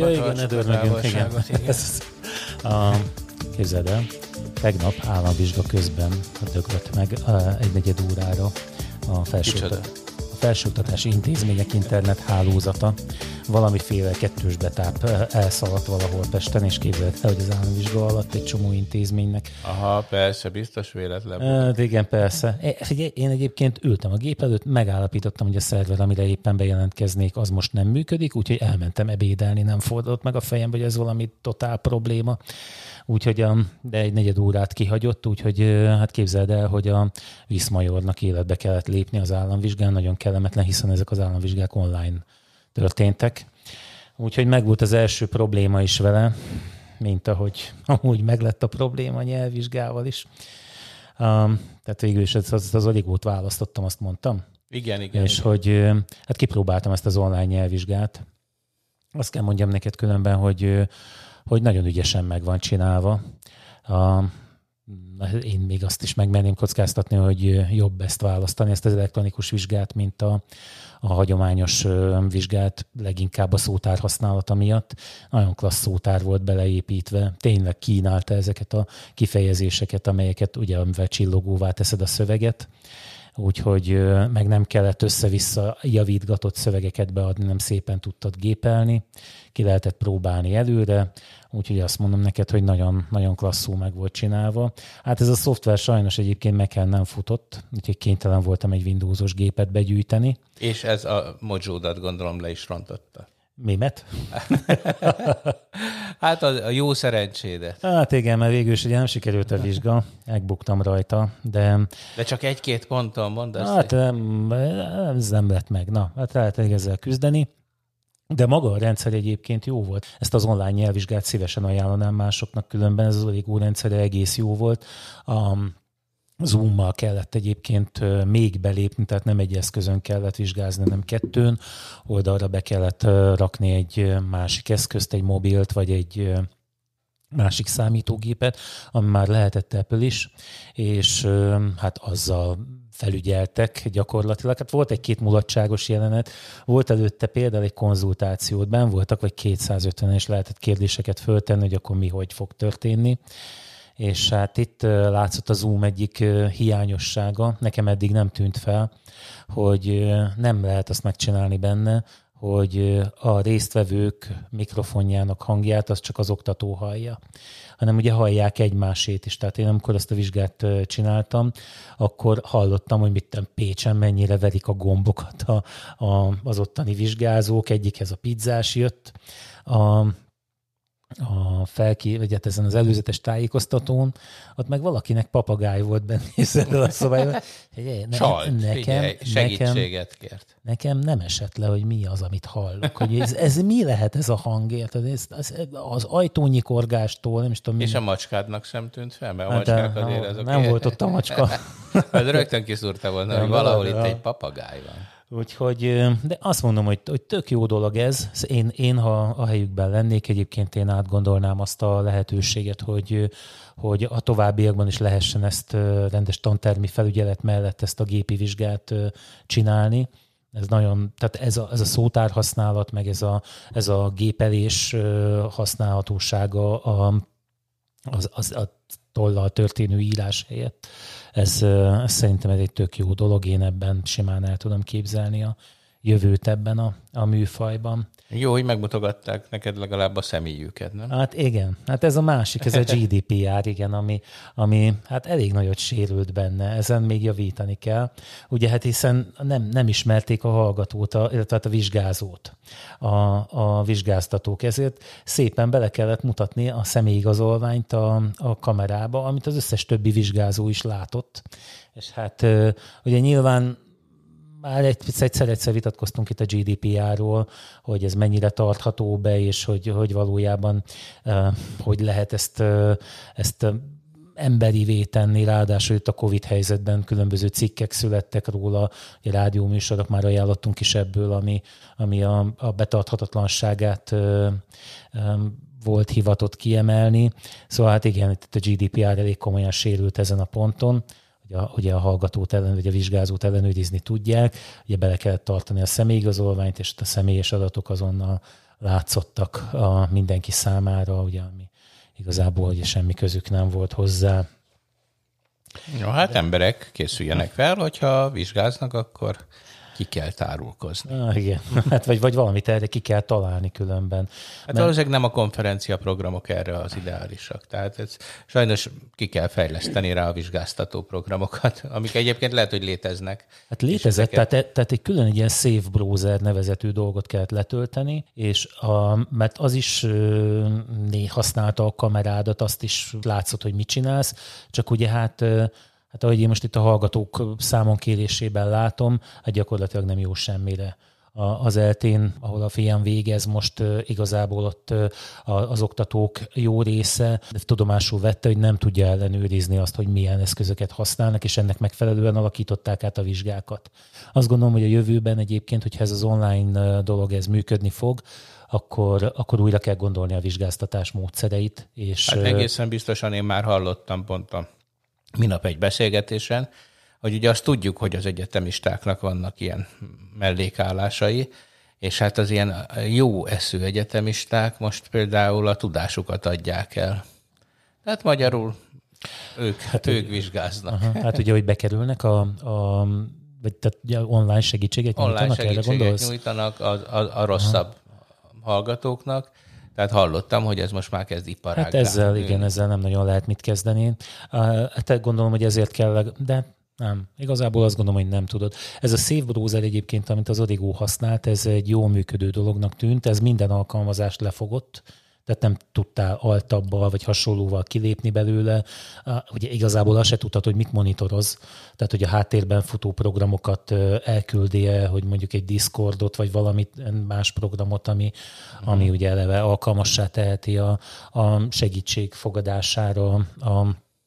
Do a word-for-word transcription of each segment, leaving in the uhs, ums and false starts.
Ja, igen, ne dörmögjünk, igen. igen. A, képzeld el, tegnap államvizsga közben döglött meg egy negyed órára a felsőoktatás. Felsőoktatási Intézmények internet hálózata valamiféle kettős betáp elszaladt valahol Pesten, és képzeld el, hogy az államvizsga alatt egy csomó intézménynek. Aha, persze, biztos véletlen. Hát igen, persze. Én egyébként ültem a gép előtt, megállapítottam, hogy a szerver, amire éppen bejelentkeznék, az most nem működik, úgyhogy elmentem ebédelni, nem fordult meg a fejembe, hogy ez valami totál probléma. Úgyhogy a, de egy negyed órát kihagyott, úgyhogy hát képzeld el, hogy a viszmajornak életbe kellett lépni az államvizsgán, nagyon kellemetlen, hiszen ezek az államvizsgák online történtek. Úgyhogy megvolt az első probléma is vele, mint ahogy amúgy meglett a probléma a nyelvvizsgával is. Um, tehát végül is az, az, az alig volt választottam, azt mondtam. Igen, igen. És igen. hogy hát kipróbáltam ezt az online nyelvvizsgát. Azt kell mondjam neked különben, hogy hogy nagyon ügyesen meg van csinálva. A, én még azt is megmerném kockáztatni, hogy jobb ezt választani, ezt az elektronikus vizsgát, mint a, a hagyományos vizsgát, leginkább a szótár használata miatt. Nagyon klassz szótár volt beleépítve, tényleg kínálta ezeket a kifejezéseket, amelyeket ugye, amivel csillogóvá teszed a szöveget, úgyhogy meg nem kellett össze-vissza javítgatott szövegeket beadni, nem szépen tudtad gépelni, ki lehetett próbálni előre, úgyhogy azt mondom neked, hogy nagyon, nagyon klasszul meg volt csinálva. Hát ez a szoftver sajnos egyébként Mac-en nem futott, úgyhogy kénytelen voltam egy Windowsos gépet begyűjteni. És ez a Mojo-dat gondolom le is rontotta. Mimet? Hát a, a jó szerencsédet. Hát igen, mert végül is ugye nem sikerült a vizsga, megbuktam rajta, de... De csak egy-két ponton mondasz? Hát nem, ez nem lett meg. Na, hát lehet ezzel küzdeni. De maga a rendszer egyébként jó volt. Ezt az online nyelvvizsgát szívesen ajánlanám másoknak, különben ez az Oligó rendszere egész jó volt. A Zoom-mal kellett egyébként még belépni, tehát nem egy eszközön kellett vizsgázni, hanem kettőn. Oldalra be kellett rakni egy másik eszközt, egy mobilt, vagy egy másik számítógépet, ami már lehetett Apple is, és hát azzal felügyeltek gyakorlatilag. Hát volt egy-két mulatságos jelenet, volt előtte például egy konzultációt, benn voltak, vagy kétszázötven, és lehetett kérdéseket föltenni, hogy akkor mi, hogy fog történni. És hát itt látszott a Zoom egyik hiányossága, nekem eddig nem tűnt fel, hogy nem lehet azt megcsinálni benne, hogy a résztvevők mikrofonjának hangját az csak az oktató hallja, hanem ugye hallják egymásét is. Tehát én amikor ezt a vizsgát csináltam, akkor hallottam, hogy mit Pécsen mennyire verik a gombokat a, a, az ottani vizsgázók, egyikhez a pizzás jött, a a felki, vagy hát ezen az előzetes tájékoztatón, ott meg valakinek papagáj volt benne ezzel a szobájban. Ne, Csalt, nekem, figyelj, segítséget nekem, kért. Nekem nem esett le, hogy mi az, amit hallok. Hogy ez, ez mi lehet ez a hang? Ez, ez, az ajtónyikorgástól, nem is tudom. És mi... a macskádnak sem tűnt fel? Mert a macskák hát, azért azok... Nem volt ott a macska. Rögtön kiszúrta volna, nem, hogy valahol itt egy papagáj van. Úgyhogy, de azt mondom, hogy, hogy tök jó dolog ez. Én, én, ha a helyükben lennék, egyébként én átgondolnám azt a lehetőséget, hogy, hogy a továbbiakban is lehessen ezt rendes tantermi felügyelet mellett ezt a gépi vizsgát csinálni. Ez nagyon, tehát ez a, ez a szótár használat, meg ez a, ez a gépelés használhatósága a, az, az, a tollal történő írás helyett. Ez, ez szerintem ez egy tök jó dolog, én ebben simán el tudom képzelni a jövőt ebben a, a műfajban. Jó, hogy megmutogatták neked legalább a személyüket, nem? Hát igen, hát ez a másik, ez a gé dé pé er, igen, ami, ami hát elég nagyot sérült benne, ezen még javítani kell. Ugye hát hiszen nem, nem ismerték a hallgatót, a, illetve hát a vizsgázót, a, a vizsgáztatók, ezért szépen bele kellett mutatni a személyigazolványt a, a kamerába, amit az összes többi vizsgázó is látott. És hát ugye nyilván már egyszer-egyszer vitatkoztunk itt a gé dé pé er-ról, hogy ez mennyire tartható be, és hogy, hogy valójában uh, hogy lehet ezt, uh, ezt uh, emberivé tenni, ráadásul itt a Covid helyzetben különböző cikkek születtek róla, a rádióműsorok már ajánlottunk is ebből, ami, ami a, a betarthatatlanságát uh, um, volt hivatott kiemelni. Szóval hát igen, itt a gé dé pé er elég komolyan sérült ezen a ponton, ugye a hallgatót ellen, vagy a vizsgázót ellenőrizni tudják, ugye bele kellett tartani a személyigazolványt, és a személyes adatok azonnal, látszottak a mindenki számára, ugye, ami igazából ugye semmi közük nem volt hozzá. Jó, hát emberek készüljenek fel, hogyha vizsgáznak, akkor ki kell tárulkozni. Ah, igen, hát vagy, vagy valamit erre ki kell találni különben. Hát mert... valószínűleg nem a konferencia programok erre az ideálisak. Tehát ez sajnos ki kell fejleszteni rá a vizsgáztató programokat, amik egyébként lehet, hogy léteznek. Hát létezett, ezeket... tehát, tehát egy külön egy ilyen Safe Browser nevezetű dolgot kellett letölteni, és a, mert az is né használta a kamerádat, azt is látszott, hogy mit csinálsz, csak ugye hát Hát ahogy én most itt a hallgatók számon kérésében látom, hát gyakorlatilag nem jó semmire. Az eltén, ahol a fiam végez, most igazából ott az oktatók jó része tudomásul vette, hogy nem tudja ellenőrizni azt, hogy milyen eszközöket használnak, és ennek megfelelően alakították át a vizsgákat. Azt gondolom, hogy a jövőben egyébként, hogyha ez az online dolog ez működni fog, akkor, akkor újra kell gondolni a vizsgáztatás módszereit. És hát egészen biztosan én már hallottam pont a minap egy beszélgetésen, hogy ugye azt tudjuk, hogy az egyetemistáknak vannak ilyen mellékállásai, és hát az ilyen jó eszű egyetemisták most például a tudásukat adják el. Tehát magyarul ők, hát, ők vizsgáznak. Aha, hát ugye, hogy bekerülnek a, a vagy tehát ugye online segítséget online nyújtanak, segítséget erre gondolsz? nyújtanak a, a, a rosszabb aha. hallgatóknak. Tehát hallottam, hogy ez most már kezd iparággá. Hát ezzel, igen, ezzel nem nagyon lehet mit kezdeni. Hát gondolom, hogy ezért kell, de nem. Igazából azt gondolom, hogy nem tudod. Ez a Safe Browser egyébként, amit az Origo használt, ez egy jó működő dolognak tűnt, ez minden alkalmazást lefogott, tehát nem tudtál altabbal vagy hasonlóval kilépni belőle. Ugye igazából azt se tudtad, hogy mit monitoroz. Tehát, hogy a háttérben futó programokat elküldi-e, hogy mondjuk egy Discordot, vagy valamit más programot, ami, hmm. ami ugye eleve alkalmassá teheti a, a segítség fogadására a,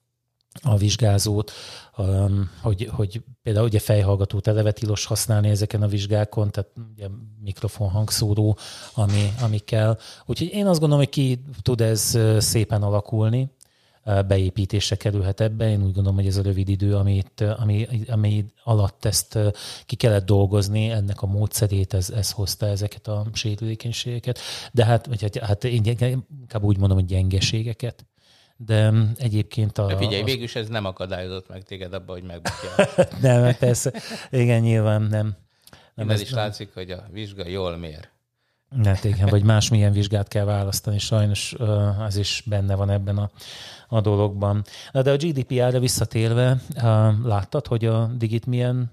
a vizsgázót, um, hogy, hogy például ugye fejhallgatót eleve tilos használni ezeken a vizsgákon, tehát ugye mikrofon, hangszóró, ami, ami kell. Úgyhogy én azt gondolom, hogy ki tud ez szépen alakulni, beépítésre kerülhet ebbe. Én úgy gondolom, hogy ez a rövid idő, amit, ami, ami alatt ezt ki kellett dolgozni, ennek a módszerét, ez, ez hozta ezeket a sérülékenységeket. De hát, vagy, hát én inkább úgy mondom, hogy gyengeségeket. De egyébként a... De figyelj, végülis ez nem akadályozott meg téged abban, hogy megbukjál. Nem, persze. Igen, nyilván nem. nem ez is nem. Látszik, hogy a vizsga jól mér. Hát igen, vagy másmilyen vizsgát kell választani, sajnos az is benne van ebben a, a dologban. De a gé dé pé er-re visszatérve, láttad, hogy a Digit milyen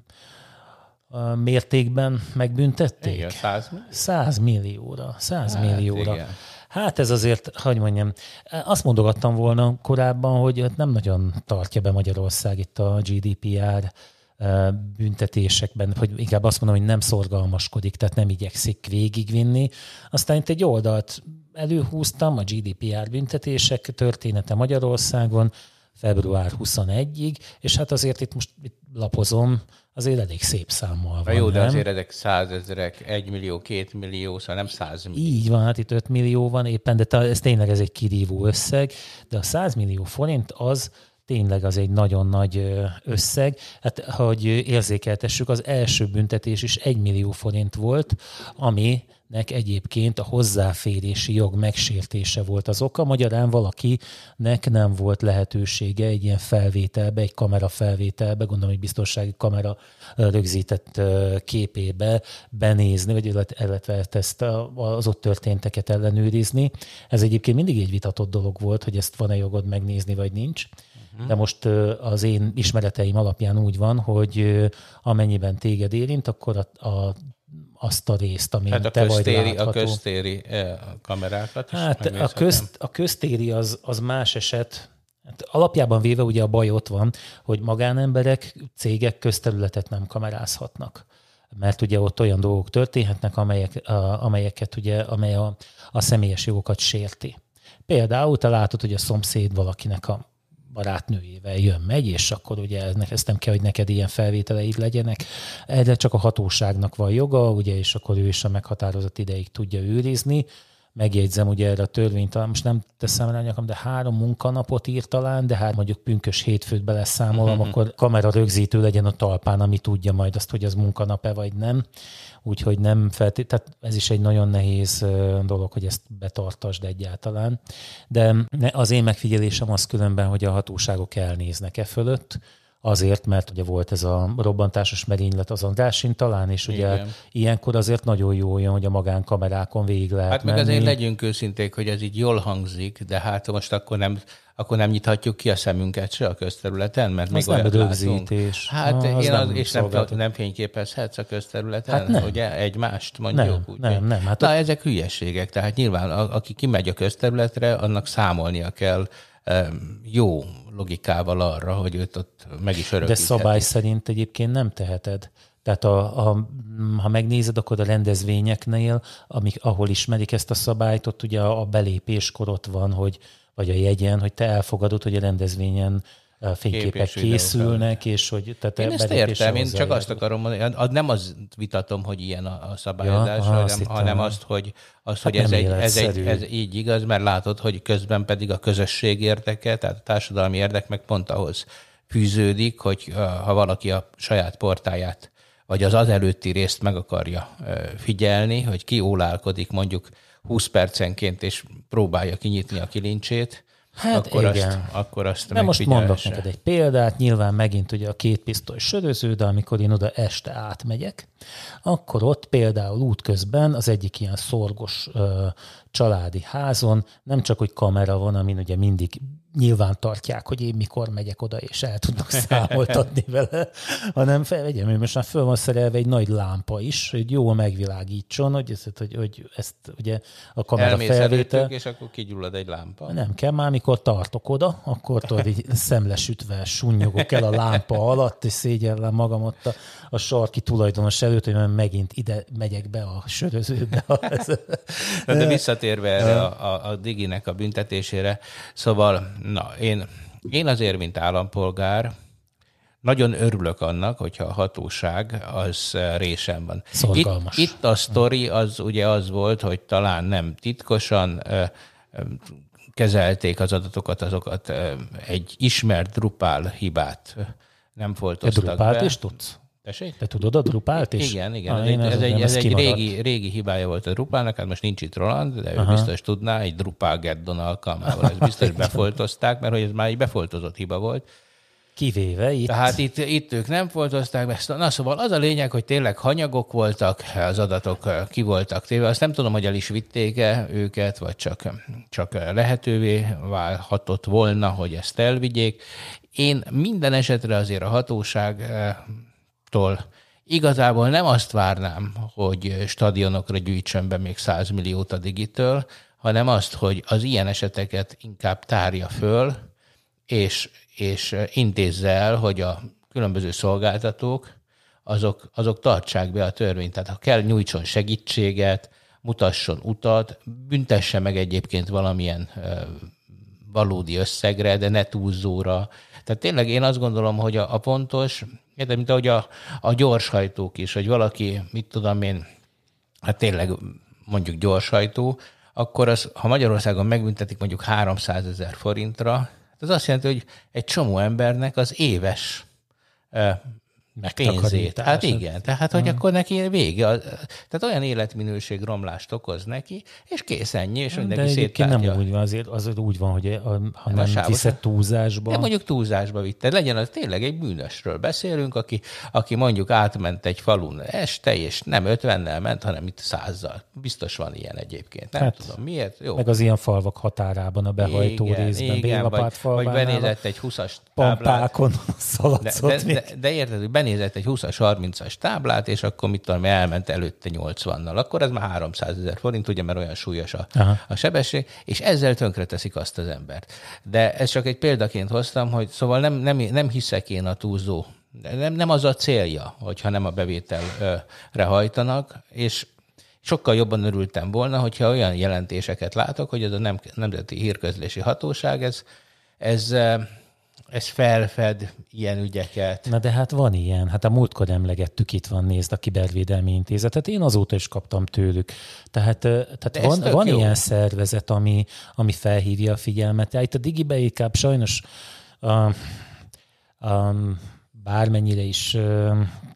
mértékben megbüntették? Igen, száz millió. Száz millióra. Száz hát, millióra. Igen. Hát ez azért, hogy mondjam, azt mondogattam volna korábban, hogy nem nagyon tartja be Magyarország itt a gé dé pé er büntetésekben, hogy inkább azt mondom, hogy nem szorgalmaskodik, tehát nem igyekszik végigvinni. Aztán itt egy oldalt előhúztam, a gé dé pé er büntetések története Magyarországon február huszonegyedikéig, és hát azért itt most itt lapozom, azért elég szép számmal van. Jó, de nem? azért ezek százezrek, egy millió, két millió, szóval nem száz millió. Így van, hát itt öt millió van éppen, de ez tényleg ez egy kirívó összeg, de a száz millió forint az tényleg az egy nagyon nagy összeg. Hát, hogy érzékeltessük, az első büntetés is egy millió forint volt, aminek egyébként a hozzáférési jog megsértése volt az oka. Magyarán valakinek nem volt lehetősége egy ilyen felvételbe, egy kamera felvételbe, gondolom, hogy biztonsági kamera rögzített képébe benézni, vagy illetve ezt az ott történteket ellenőrizni. Ez egyébként mindig egy vitatott dolog volt, hogy ezt van-e jogod megnézni, vagy nincs. De most az én ismereteim alapján úgy van, hogy amennyiben téged érint, akkor a, a, azt a részt, amin hát a te köztéri, vagy látható. A köztéri kamerákat is hát a, közt, a köztéri az, az más eset. Hát alapjában véve ugye a baj ott van, hogy magánemberek, cégek közterületet nem kamerázhatnak. Mert ugye ott olyan dolgok történhetnek, amelyek, a, amelyeket ugye, amely a, a személyes jogokat sérti. Például te látod, hogy a szomszéd valakinek a barátnőjével jön, megy, és akkor ugye ezt nem kell, hogy neked ilyen felvételeid legyenek. Erre csak a hatóságnak van joga, ugye, és akkor ő is a meghatározott ideig tudja őrizni, megjegyzem ugye erre a törvényt, talán most nem teszem rá nyakam, de három munkanapot ír talán, de hát mondjuk pünkös hétfőt beleszámolom, uh-huh. akkor kamera rögzítő legyen a talpán, ami tudja majd azt, hogy az munkanap-e vagy nem. Úgyhogy nem feltétlenül, tehát ez is egy nagyon nehéz dolog, hogy ezt betartasd egyáltalán. De az én megfigyelésem az különben, hogy a hatóságok elnéznek e fölött, azért, mert ugye volt ez a robbantásos merénylet az Andrásin talán, és ugye igen. ilyenkor azért nagyon jó jön, hogy a magánkamerákon végig lehet hát meg menni. azért legyünk őszinték, hogy ez így jól hangzik, de hát most akkor nem, akkor nem nyithatjuk ki a szemünket se a közterületen, mert még olyat rögzítés. Hát Na, én nem az, és nem, nem fényképezhetsz a közterületen, hát nem. ugye egymást mondjuk. Nem, úgy, nem, nem. Hát na, ott... ezek hülyeségek, tehát nyilván a, aki kimegy a közterületre, annak számolnia kell jó logikával arra, hogy őt ott meg is örökítheti. De szabály szerint egyébként nem teheted. Tehát a, a, ha megnézed, akkor a rendezvényeknél, amik, ahol ismerik ezt a szabályt, ott ugye a belépéskor ott van, hogy, vagy a jegyen, hogy te elfogadod, hogy a rendezvényen fényképek készülnek, és hogy... Tehát én ezt értem, én csak azt akarom mondani, nem azt vitatom, hogy ilyen a szabályozás, ja, hanem, hanem azt, hogy, azt, hát hogy ez, egy, ez, egy, ez így igaz, mert látod, hogy közben pedig a közösség érdeke, tehát a társadalmi érdek meg pont ahhoz fűződik, hogy ha valaki a saját portáját, vagy az az előtti részt meg akarja figyelni, hogy ki ólálkodik mondjuk húsz percenként, és próbálja kinyitni a kilincsét, Hát akkor igen. Azt, akkor azt de most mondok neked egy példát, nyilván megint ugye a két pisztoly söröző, de amikor én oda este átmegyek, akkor ott például útközben az egyik ilyen szorgos ö, családi házon nem csak, hogy kamera van, amin ugye mindig nyilván tartják, hogy én mikor megyek oda, és el tudnak számoltatni vele, hanem fel, most már föl van szerelve egy nagy lámpa is, hogy jól megvilágítson, hogy ezt, hogy, hogy ezt ugye a kamera elmész felvétel... előttük, és akkor kigyullad egy lámpa. Nem kell, már amikor tartok oda, akkor tudod, így szemlesütve sunnyogok el a lámpa alatt, és szégyellem magam ott a, a sarki tulajdonos előtt, hogy megint ide megyek be a sörözőbe. de, de visszatérve erre a, a, a Diginek a büntetésére, szóval na, én, én azért, mint állampolgár, nagyon örülök annak, hogyha a hatóság az résen van. Szorgalmas. Itt, itt a sztori az ugye az volt, hogy talán nem titkosan ö, ö, kezelték az adatokat, azokat ö, egy ismert Drupal hibát nem foltoztak be. Drupalt is tudsz? Tessék? Te tudod a Drupalt is? Igen, igen. Ah, ez, ez egy, ez egy régi, régi hibája volt a Drupalnak, hát most nincs itt Roland, de ő Aha. biztos tudná, egy Drupal Geddon alkalmával ezt biztos befoltozták, mert hogy ez már egy befoltozott hiba volt. Kivéve itt. Tehát itt, itt ők nem foltozták be. Na szóval az a lényeg, hogy tényleg hanyagok voltak, az adatok ki voltak téve. Azt nem tudom, hogy el is vitték-e őket, vagy csak, csak lehetővé válhatott volna, hogy ezt elvigyék. Én minden esetre azért a hatóságtól igazából nem azt várnám, hogy stadionokra gyűjtsön be még száz milliót a Digitől, hanem azt, hogy az ilyen eseteket inkább tárja föl, és, és intézze el, hogy a különböző szolgáltatók azok, azok tartsák be a törvényt. Tehát ha kell, nyújtson segítséget, mutasson utat, büntesse meg egyébként valamilyen valódi összegre, de ne túlzóra. Tehát tényleg én azt gondolom, hogy a, a pontos, mint ahogy a, a gyorshajtók is, hogy valaki, mit tudom én, hát tényleg mondjuk gyorshajtó, akkor az, ha Magyarországon megbüntetik mondjuk háromszázezer forintra, az azt jelenti, hogy egy csomó embernek az éves pénzét. Hát igen, tehát hogy hmm. akkor neki vége. Tehát olyan életminőség romlást okoz neki, és kész ennyi, és mindenki széttárja. De nem úgy van, azért, azért úgy van, hogy ha nem viszed túlzásba. De mondjuk túlzásba vitte. Legyen az tényleg egy bűnösről beszélünk, aki, aki mondjuk átment egy falun este, és nem ötvennel ment, hanem itt százzal. Biztos van ilyen egyébként. Nem hát, tudom miért. Jó. Meg az ilyen falvak határában, a behajtó igen, részben, Bélapátfalvánál. Vagy benézett egy húszas táblát. Pampákon szaladszott. De, de, de, de érted, hogy benézett egy húszas, harmincas táblát, és akkor mit tudom, elment előtte nyolcvannal. Akkor ez már háromszázezer forint, ugye, mert olyan súlyos a, a sebesség, és ezzel tönkreteszik azt az embert. De ezt csak egy példaként hoztam, hogy szóval nem, nem, nem hiszek én a túlzó. Nem, nem az a célja, hogyha nem a bevételre hajtanak, és sokkal jobban örültem volna, hogyha olyan jelentéseket látok, hogy ez a nem, Nemzeti Hírközlési Hatóság, ez, ez ez felfed ilyen ügyeket. Na de hát van ilyen. Hát a múltkor emlegettük, itt van, nézd, a Kibervédelmi Intézetet. Én azóta is kaptam tőlük. Tehát, tehát van, van ilyen szervezet, ami, ami felhívja a figyelmet. Itt a DigiBackup sajnos uh, um, bármennyire is uh,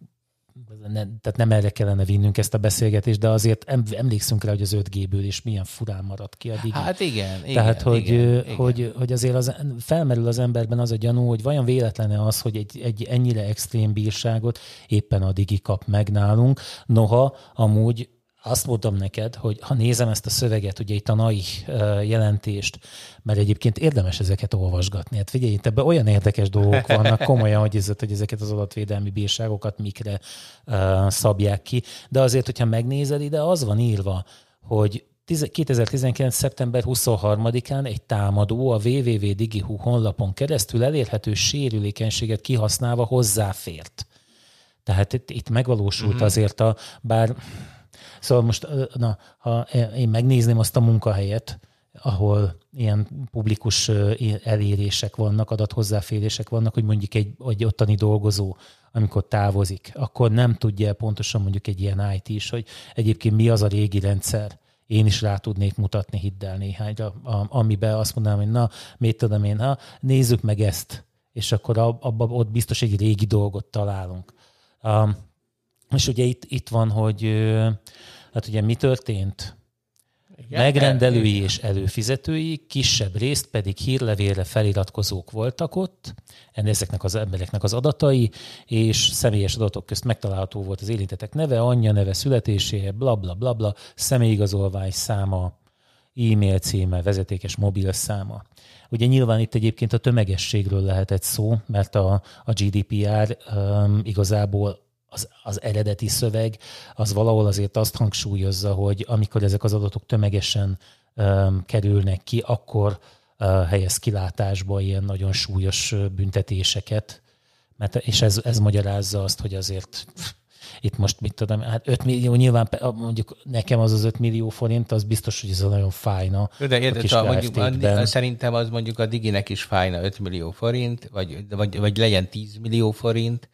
ne, tehát nem erre kellene vinnünk ezt a beszélgetést, de azért emlékszünk rá, hogy az öt G-ből is milyen furán maradt ki a Digi. Hát igen. igen Tehát, hogy, igen, hogy, igen. hogy azért az, felmerül az emberben az a gyanú, hogy vajon véletlene az, hogy egy, egy ennyire extrém bírságot éppen a Digi kap meg nálunk. Noha amúgy azt mondtam neked, hogy ha nézem ezt a szöveget, ugye itt a NAI jelentést, mert egyébként érdemes ezeket olvasgatni. Hát figyelj, itt ebben olyan érdekes dolgok vannak, komolyan, hogy, ez, hogy ezeket az adatvédelmi bírságokat mikre uh, szabják ki. De azért, hogyha megnézed ide, az van írva, hogy kétezer-tizenkilenc. szeptember huszonharmadikán egy támadó a double-u double-u double-u pont digi pont hu honlapon keresztül elérhető sérülékenységet kihasználva hozzáfért. Tehát itt, itt megvalósult mm-hmm. azért a, bár szóval most, na, ha én megnézném azt a munkahelyet, ahol ilyen publikus elérések vannak, adathozzáférések vannak, hogy mondjuk egy, egy ottani dolgozó, amikor távozik, akkor nem tudja pontosan mondjuk egy ilyen í té is, hogy egyébként mi az a régi rendszer. Én is rá tudnék mutatni, hidd el néhányra, amiben azt mondanám, hogy na, mit tudom én, ha nézzük meg ezt, és akkor abban ott biztos egy régi dolgot találunk. Um, És ugye itt, itt van, hogy hát ugye mi történt? Igen, megrendelői el, és előfizetői, kisebb részt pedig hírlevélre feliratkozók voltak ott, ezeknek az embereknek az adatai, és személyes adatok közt megtalálható volt az érintettek neve, anyja neve, születése, bla bla bla bla, személyigazolvány száma, e-mail címe, vezetékes mobil száma. Ugye nyilván itt egyébként a tömegességről lehetett szó, mert a, a gé dé pé er um, igazából Az, az eredeti szöveg, az valahol azért azt hangsúlyozza, hogy amikor ezek az adatok tömegesen um, kerülnek ki, akkor uh, helyez kilátásba ilyen nagyon súlyos büntetéseket. Mert, és ez, ez magyarázza azt, hogy azért itt most mit tudom, hát öt millió, nyilván mondjuk nekem az az öt millió forint, az biztos, hogy ez nagyon fájna. De érted, mondjuk, a, szerintem az mondjuk a Diginek is fájna öt millió forint, vagy, vagy, vagy legyen tíz millió forint,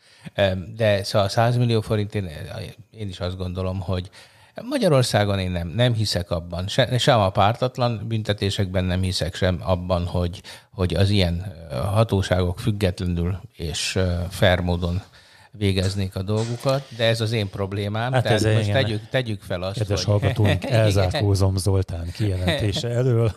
de szóval száz millió forint, én, én is azt gondolom, hogy Magyarországon én nem, nem hiszek abban, se, sem a pártatlan büntetésekben nem hiszek, sem abban, hogy, hogy az ilyen hatóságok függetlenül és fair módon végeznék a dolgukat, de ez az én problémám. Hát tehát most tegyük, tegyük fel azt, kedves hogy... hallgatóink, elzárkózom Zoltán kijelentése elől.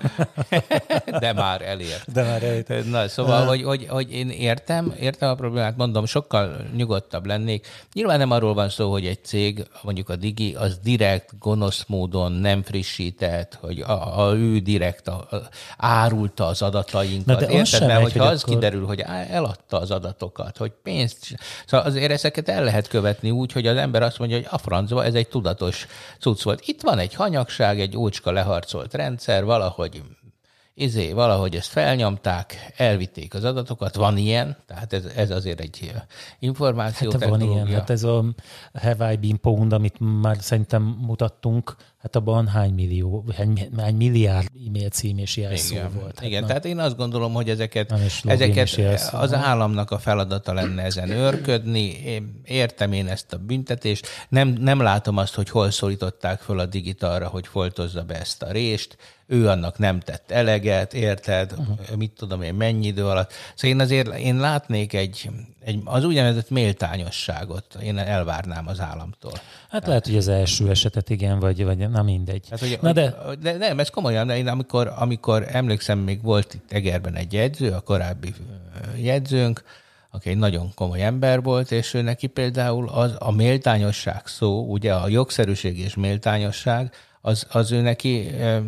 De már elért. De már elért. Na, szóval, hogy, hogy, hogy én értem, értem a problémát, mondom, sokkal nyugodtabb lennék. Nyilván nem arról van szó, hogy egy cég, mondjuk a Digi, az direkt, gonosz módon nem frissített, hogy a, a ő direkt a, a, árulta az adatainkat. Na, érted? Mert hogyha az akkor... kiderül, hogy eladta az adatokat, hogy pénzt... Szóval azért ezeket el lehet követni úgy, hogy az ember azt mondja, hogy a francba ez egy tudatos cucc volt. Itt van egy hanyagság, egy ócska leharcolt rendszer, valahogy izé, valahogy ezt felnyomták, elvitték az adatokat, van ilyen, tehát ez, ez azért egy információtechnológia. Hát van ilyen, hát ez a Have I Been Pwned, amit már szerintem mutattunk, hát abban hány millió, hány milliárd e-mail cím és jelszó igen, volt. Hát igen, na. Tehát én azt gondolom, hogy ezeket, ezeket az államnak a feladata lenne ezen őrködni. Én értem én ezt a büntetést. Nem, nem látom azt, hogy hol szólították föl a Digit arra, hogy foltozza be ezt a rést. Ő annak nem tett eleget, érted? Uh-huh. Mit tudom én, mennyi idő alatt. Szóval én azért én látnék egy, egy az úgynevezett méltányosságot. Én elvárnám az államtól. Hát tehát, lehet, hogy az első esetet igen, vagy, vagy na mindegy. Hát, hogy, na de... de nem, ez komolyan, de én amikor, amikor emlékszem, még volt itt Egerben egy jegyző, a korábbi jegyzőnk, aki egy nagyon komoly ember volt, és ő neki például az, a méltányosság szó, ugye a jogszerűség és méltányosság, az, az ő neki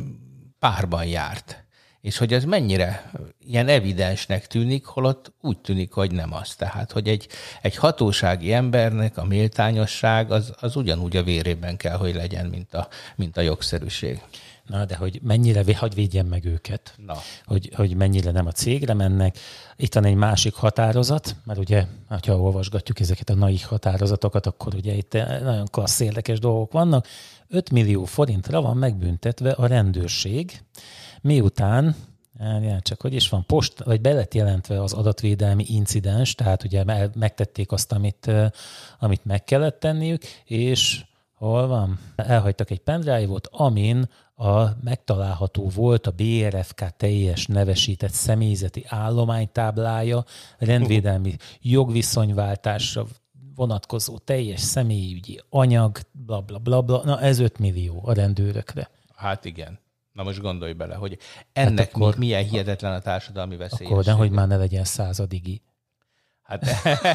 párban járt. És hogy ez mennyire ilyen evidensnek tűnik, holott úgy tűnik, hogy nem az. Tehát, hogy egy, egy hatósági embernek a méltányosság az, az ugyanúgy a vérében kell, hogy legyen, mint a, mint a jogszerűség. Na, de hogy mennyire, hogy védjen meg őket, Na. Hogy, hogy mennyire nem a cégre mennek. Itt van egy másik határozat, mert ugye, ha olvasgatjuk ezeket a NAI határozatokat, akkor ugye itt nagyon klassz, érdekes dolgok vannak. öt millió forintra van megbüntetve a rendőrség, miután Ja, csak hogy is van, post, vagy be lett jelentve az adatvédelmi incidens, tehát ugye megtették azt, amit, amit meg kellett tenniük, és hol van? Elhagytak egy pendrive-ot, amin a megtalálható volt a bé er ef ká teljes nevesített személyzeti állománytáblája, rendvédelmi jogviszonyváltásra vonatkozó teljes személyügyi anyag, bla, bla, bla, bla. Na ez öt millió a rendőrökre. Hát igen. Na most gondolj bele, hogy ennek hát akkor, milyen hihetetlen a társadalmi veszélyesség. Akkor nehogy már ne legyen századigi. Hát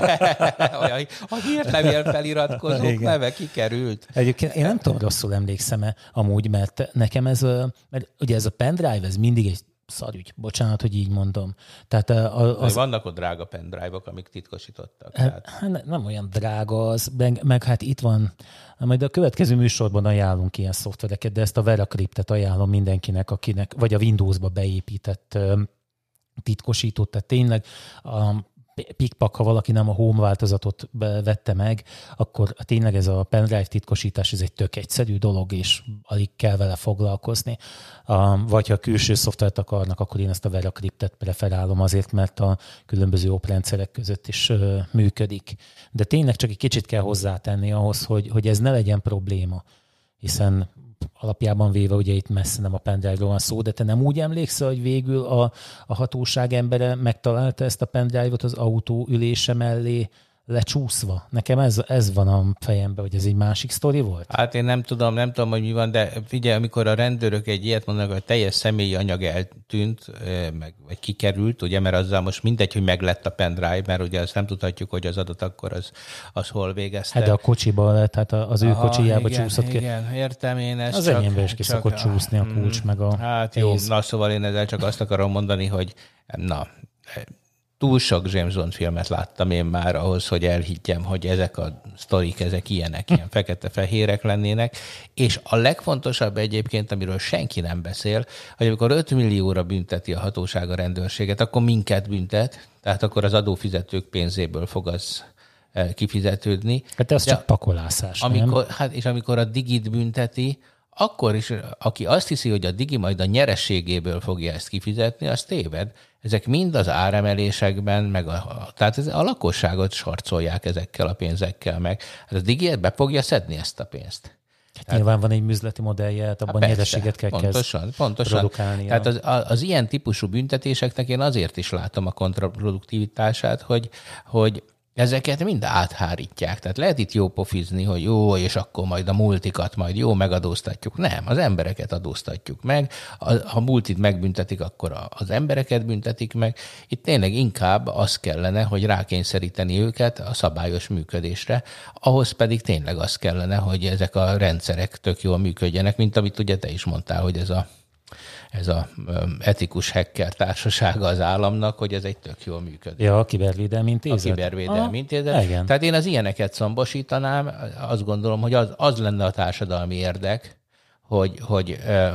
a hírlevél feliratkozók neve kikerült. Egyébként én nem tudom, rosszul emlékszem-e amúgy, mert nekem ez, mert ugye ez a pendrive, ez mindig egy szarügy. Bocsánat, hogy így mondom. Tehát az, az... Vannak ott drága pendrive-ok, amik titkosítottak. Hát, tehát... Nem olyan drága az, meg, meg hát itt van, majd a következő műsorban ajánlunk ilyen szoftvereket, de ezt a VeraCryptet ajánlom mindenkinek, akinek, vagy a Windowsba beépített titkosítót, tehát tényleg a pikpak, ha valaki nem a Home változatot vette meg, akkor tényleg ez a pendrive titkosítás, ez egy tök egyszerű dolog, és alig kell vele foglalkozni. Vagy ha külső szoftvert akarnak, akkor én ezt a VeraCryptet preferálom azért, mert a különböző oprendszerek között is működik. De tényleg csak egy kicsit kell hozzátenni ahhoz, hogy, hogy ez ne legyen probléma, hiszen alapjában véve ugye itt messze nem a pendrive-ról van szó, de te nem úgy emlékszel, hogy végül a, a hatóság embere megtalálta ezt a pendrive-ot az autó ülése mellé lecsúszva. Nekem ez, ez van a fejemben, hogy ez egy másik sztori volt. Hát én nem tudom, nem tudom, hogy mi van, de figyelj, amikor a rendőrök egy ilyet mondanak, hogy teljes személyi anyag eltűnt, meg, vagy kikerült, ugye, mert azzal most mindegy, hogy meglett a pendrive, mert ugye azt nem tudhatjuk, hogy az adat akkor az, az hol végezte. Hát de a kocsiba lett, hát az ő kocsijába igen, csúszott ki. Igen, értem én ezt. Az enyémben is ki szokott csúszni a kulcs, meg a Hát jó, pénz. Na szóval én ezzel csak azt akarom mondani, hogy na, túl sok James Bond filmet láttam én már ahhoz, hogy elhiggyem, hogy ezek a sztorik, ezek ilyenek, ilyen fekete-fehérek lennének. És a legfontosabb egyébként, amiről senki nem beszél, hogy amikor öt millióra bünteti a hatóság a rendőrséget, akkor minket büntet, tehát akkor az adófizetők pénzéből fog az kifizetődni. Hát ez csak pakolászás, amikor, nem? Hát és amikor a digit bünteti, akkor is, aki azt hiszi, hogy a Digi majd a nyerességéből fogja ezt kifizetni, az téved. Ezek mind az áremelésekben, meg a, a, tehát ez, a lakosságot sarcolják ezekkel a pénzekkel meg. Hát a Digi be fogja szedni ezt a pénzt. Hát tehát, nyilván van egy műzleti modellje, hát abban persze, nyerességet kell pontosan, pontosan. produkálni. Tehát az, az ilyen típusú büntetéseknek én azért is látom a kontraproduktivitását, hogy, hogy ezeket mind áthárítják. Tehát lehet itt jó pofizni, hogy jó, és akkor majd a multikat majd jó megadóztatjuk. Nem, az embereket adóztatjuk meg. Ha multit megbüntetik, akkor az embereket büntetik meg. Itt tényleg inkább az kellene, hogy rákényszeríteni őket a szabályos működésre. Ahhoz pedig tényleg az kellene, hogy ezek a rendszerek tök jól működjenek, mint amit ugye te is mondtál, hogy ez a ez a etikus hacker társasága az államnak, hogy ez egy tök jól működik. Ja, a kibervédelmi intézet. A kibervédelmi ah, intézet. Igen. Tehát én az ilyeneket szombosítanám, azt gondolom, hogy az, az lenne a társadalmi érdek, hogy, hogy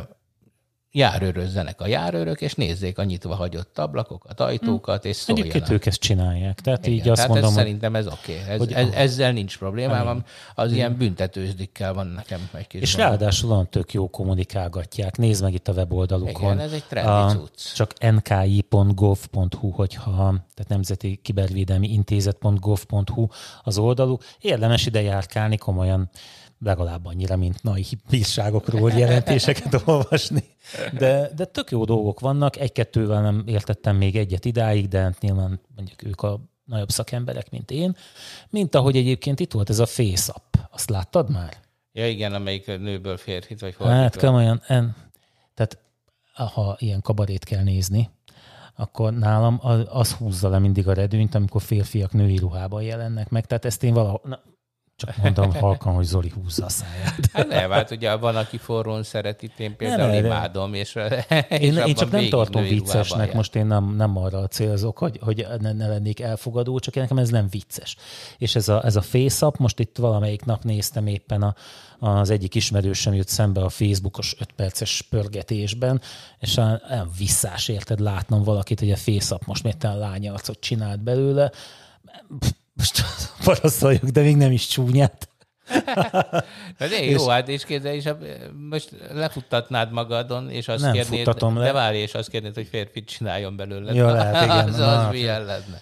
járőrözzenek a járőrök, és nézzék a nyitva hagyott ablakokat, ajtókat, és szóljanak. Egyébként ők ezt csinálják. Tehát igen, így azt tehát mondom, ez hogy... szerintem ez oké. Okay. Ez, hogy... ez, ezzel nincs problémám. Igen. Az igen. Ilyen büntetőzdikkel van nekem egy kis... És ráadásul olyan tök jó kommunikálgatják. Nézd meg itt a weboldalukon. Igen, ez egy trendi cucc. Csak en ká i pont gov pont hu, hogyha, tehát Nemzeti Kibervédelmi Intézet pont gov pont hu az oldaluk. Érdemes ide járkálni, komolyan legalább annyira, mint nagy bírságokról jelentéseket olvasni. De, de tök jó dolgok vannak. Egy-kettővel nem értettem még egyet idáig, de nyilván mondjuk ők a nagyobb szakemberek, mint én. Mint ahogy egyébként itt volt ez a FaceApp. Azt láttad már? Ja igen, amelyik nőből férfit, vagy fordítva. Hát komolyan, en, tehát ha ilyen kabarét kell nézni, akkor nálam az, az húzza le mindig a redőnyt, amikor férfiak női ruhában jelennek meg. Tehát ezt én valahol... Na, csak mondom halkan, hogy Zoli húzza a száját. Hát nem, hát ugye van, aki forrón szereti, én például nem, imádom, és, és én, én csak nem tartom viccesnek, most én nem, nem arra célzok, hogy, hogy ne, ne lennék elfogadó, csak nekem ez nem vicces. És ez a, ez a FaceApp, most itt valamelyik nap néztem éppen a, az egyik ismerősöm jött szembe a Facebookos öt perces pörgetésben, és olyan visszás érted látnom valakit, hogy a FaceApp most méten lányarcot csinált belőle. Most paraszoljuk, de még nem is csúnyát. De jó, és hát és kérdez, és most lefuttatnád magadon, és azt nem kérnéd, futtatom le. De várj, és azt kérnéd, hogy férfit csináljon belőle. Ja, lehet, igen. Az, Na, az milyen lenne.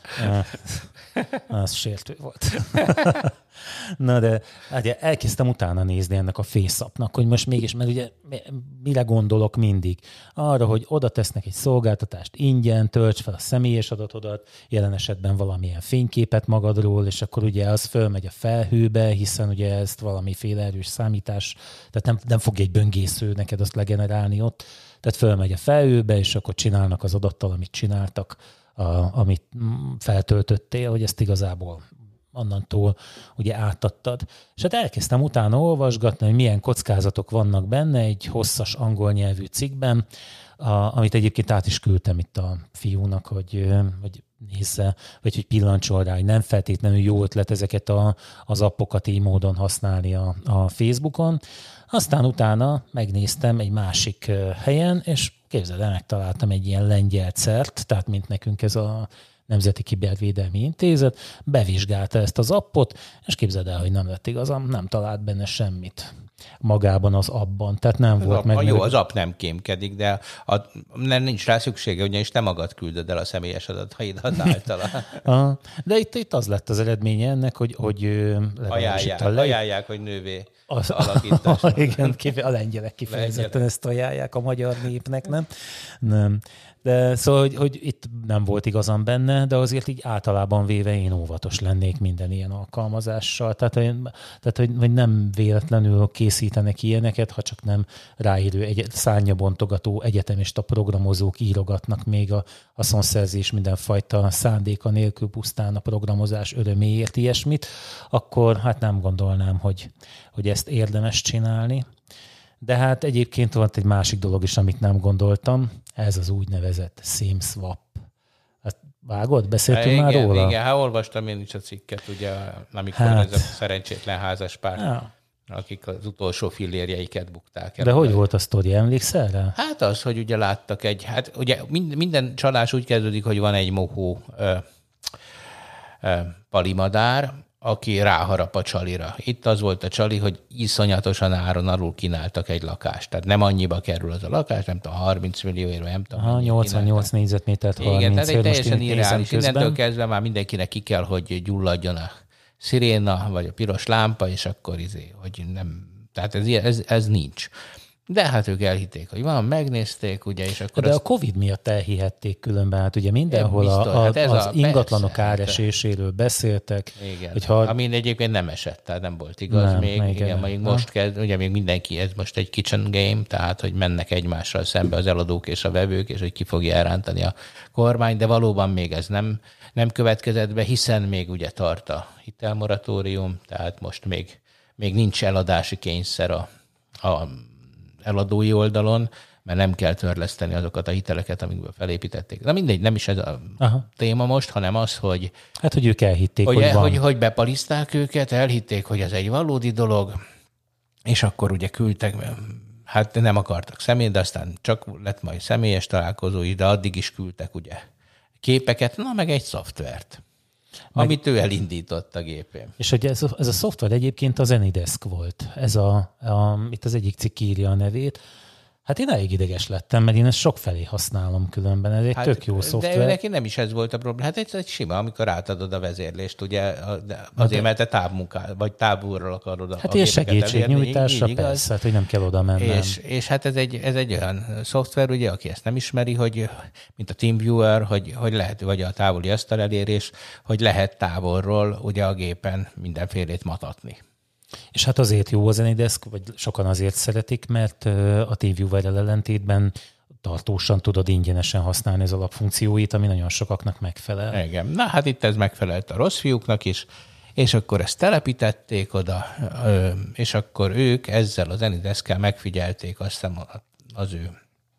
Az sértő volt. Na de hát elkezdtem utána nézni ennek a FaceApp-nak, hogy most mégis, mert ugye mire gondolok mindig? Arra, hogy oda tesznek egy szolgáltatást ingyen, tölts fel a személyes adatodat, jelen esetben valamilyen fényképet magadról, és akkor ugye az fölmegy a felhőbe, hiszen ugye ezt valamiféle erős számítás, tehát nem, nem fog egy böngésző neked azt legenerálni ott, tehát fölmegy a felhőbe, és akkor csinálnak az adattal, amit csináltak, a, amit feltöltöttél, hogy ezt igazából annantól ugye átadtad. És hát elkezdtem utána olvasgatni, hogy milyen kockázatok vannak benne egy hosszas angol nyelvű cikkben, a, amit egyébként át is küldtem itt a fiúnak, hogy, hogy nézze, vagy hogy pillancson rá, hogy nem feltétlenül jó ötlet ezeket a, az appokat így módon használni a, a Facebookon. Aztán utána megnéztem egy másik helyen, és képzeld el, megtaláltam egy ilyen lengyel cert, tehát mint nekünk ez a Nemzeti Kibervédelmi Intézet, bevizsgálta ezt az appot, és képzeld el, hogy nem lett igazam, nem talált benne semmit magában az appban. Tehát nem az volt app, meg. Jó, az app nem kémkedik, de a, nem, nincs rá szüksége, ugyanis te magad küldöd el a személyes adataidat általa. De itt, itt az lett az eredménye ennek, hogy, hogy ajánlják, le... ajánlják, hogy nővé az, alakításnak. Igen, a lengyelek kifejezetten lengyelek. Ezt ajánlják a magyar népnek, nem? Nem. De szóval, hogy, hogy itt nem volt igazam benne, de azért így általában véve én óvatos lennék minden ilyen alkalmazással. Tehát, tehát hogy, hogy nem véletlenül készítenek ilyeneket, ha csak nem ráérő egy, szárnyabontogató egyetemista programozók írogatnak még a haszonszerzés mindenfajta szándéka nélkül pusztán a programozás öröméért ilyesmit, akkor hát nem gondolnám, hogy, hogy ezt érdemes csinálni. De hát egyébként volt egy másik dolog is, amit nem gondoltam, ez az úgynevezett SIM-swap. Hát vágod? Beszéltünk igen, már róla? Igen, hát olvastam én is a cikket, ugye, amikor hát. ez a szerencsétlen házaspár, ja. akik az utolsó fillérjeiket bukták el. De hogy volt a sztori? Emlékszel rá? Hát az, hogy ugye láttak egy, hát ugye minden csalás úgy kezdődik, hogy van egy mohó ö, ö, palimadár, aki ráharap a csalira. Itt az volt a csali, hogy iszonyatosan áron alul kínáltak egy lakást. Tehát nem annyiba kerül az a lakás, nem tudom, harminc millióért, nem tudom. Aha, nyolcvannyolc négyzetmétert harminc. Igen, tehát egy teljesen irreális. Innentől kezdve már mindenkinek ki kell, hogy gyulladjon a sziréna, vagy a piros lámpa, és akkor izé, hogy nem, tehát ez, ez, ez nincs. De hát ők elhitték, hogy van, megnézték, ugye, és akkor... De azt... a Covid miatt elhihették különben, hát ugye mindenhol a, a, hát az a, ingatlanok persze, áreséséről beszéltek. Igen, hogyha... amin egyébként nem esett, tehát nem volt igaz nem, még. Igen, még most kezd, ugye még mindenki, ez most egy kitchen game, tehát hogy mennek egymással szembe az eladók és a vevők, és hogy ki fogja elrántani a kormány, de valóban még ez nem, nem következett be, hiszen még ugye tart a hitelmoratórium, tehát most még, még nincs eladási kényszer a, a eladói oldalon, mert nem kell törleszteni azokat a hiteleket, amikből felépítették. De mindegy, nem is ez a Aha. téma most, hanem az, hogy... Hát, hogy ők elhitték, hogy, hogy el, van. Hogy, hogy bepaliszták őket, elhitték, hogy ez egy valódi dolog, és akkor ugye küldtek, hát nem akartak személy, de aztán csak lett majd személyes találkozó is, de addig is küldtek ugye képeket, na meg egy szoftvert. Meg... amit ő elindított a gépén. És hogy ez a, ez a szoftver egyébként az AnyDesk volt. Ez a, a, itt az egyik cikk írja a nevét. Hát én elég ideges lettem, mert én ezt sokfelé használom különben. Ez egy hát, tök jó szoftver. De neki nem is ez volt a probléma. Hát ez egy sima, amikor átadod a vezérlést, ugye azért, mert te távmunká, vagy távolról akarod a Hát ilyen segítségnyújtásra persze, hát, hogy nem kell oda mennem. És, és hát ez egy, ez egy olyan szoftver, ugye, aki ezt nem ismeri, hogy mint a TeamViewer, hogy, hogy lehet, vagy a távoli asztalelérés, hogy lehet távolról ugye a gépen mindenfélét matatni. És hát azért jó az AnyDesk, vagy sokan azért szeretik, mert a TeamViewer-rel ellentétben tartósan tudod ingyenesen használni az alapfunkcióit, ami nagyon sokaknak megfelel. Igen. Na hát itt ez megfelelt a rossz fiúknak is, és akkor ezt telepítették oda, és akkor ők ezzel az AnyDesk-kel megfigyelték azt hiszem az ő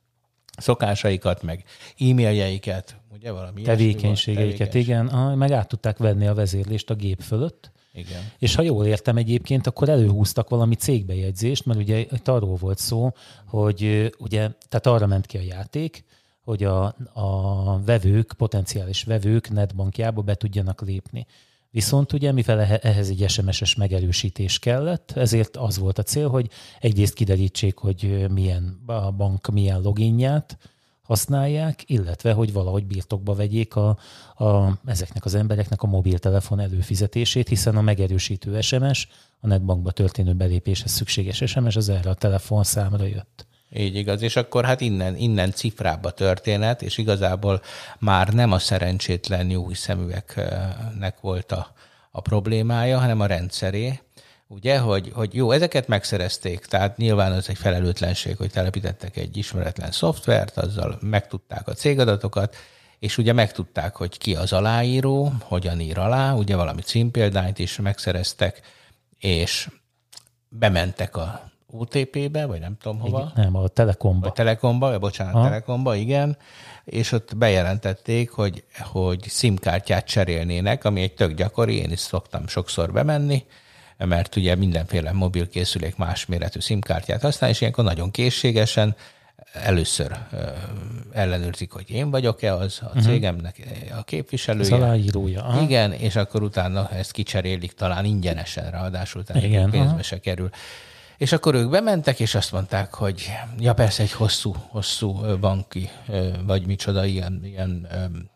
szokásaikat, meg e-mailjeiket, ugye valami tevékenységeiket, igen, meg át tudták venni a vezérlést a gép fölött. Igen. És ha jól értem egyébként, akkor előhúztak valami cégbejegyzést, mert ugye itt arról volt szó, hogy ugye, tehát arra ment ki a játék, hogy a, a vevők, potenciális vevők netbankjába be tudjanak lépni. Viszont ugye, mivel ehhez egy es em es-es megerősítés kellett, ezért az volt a cél, hogy egyrészt kiderítsék, hogy milyen a bank milyen loginját használják, illetve hogy valahogy birtokba vegyék a, a, ezeknek az embereknek a mobiltelefon előfizetését, hiszen a megerősítő es em es, a netbankba történő belépéshez szükséges es em es, az erre a telefonszámra jött. Így igaz, és akkor hát innen, innen cifrába történet, és igazából már nem a szerencsétlen jóhiszeműeknek volt a, a problémája, hanem a rendszeré. Ugye, hogy, hogy jó, ezeket megszerezték, tehát nyilván az egy felelőtlenség, hogy telepítettek egy ismeretlen szoftvert, azzal megtudták a cégadatokat, és ugye megtudták, hogy ki az aláíró, hogyan ír alá, ugye valami címpéldányt is megszereztek, és bementek a o té pé-be, vagy nem tudom hova. Nem, a Telekomba. A Telekomba, vagy bocsánat, a Telekomba, igen, és ott bejelentették, hogy, hogy SIM-kártyát cserélnének, ami egy tök gyakori, én is szoktam sokszor bemenni, mert ugye mindenféle mobilkészülék más méretű SIM-kártyát használ, és ilyenkor nagyon készségesen először ellenőrzik, hogy én vagyok-e az a cégemnek a képviselője. Az aláírója. Aha. Igen, és akkor utána ezt kicserélik talán ingyenesen, ráadásul tehát igen, pénzbe aha. se kerül. És akkor ők bementek, és azt mondták, hogy ja persze egy hosszú, hosszú banki, vagy micsoda, ilyen, ilyen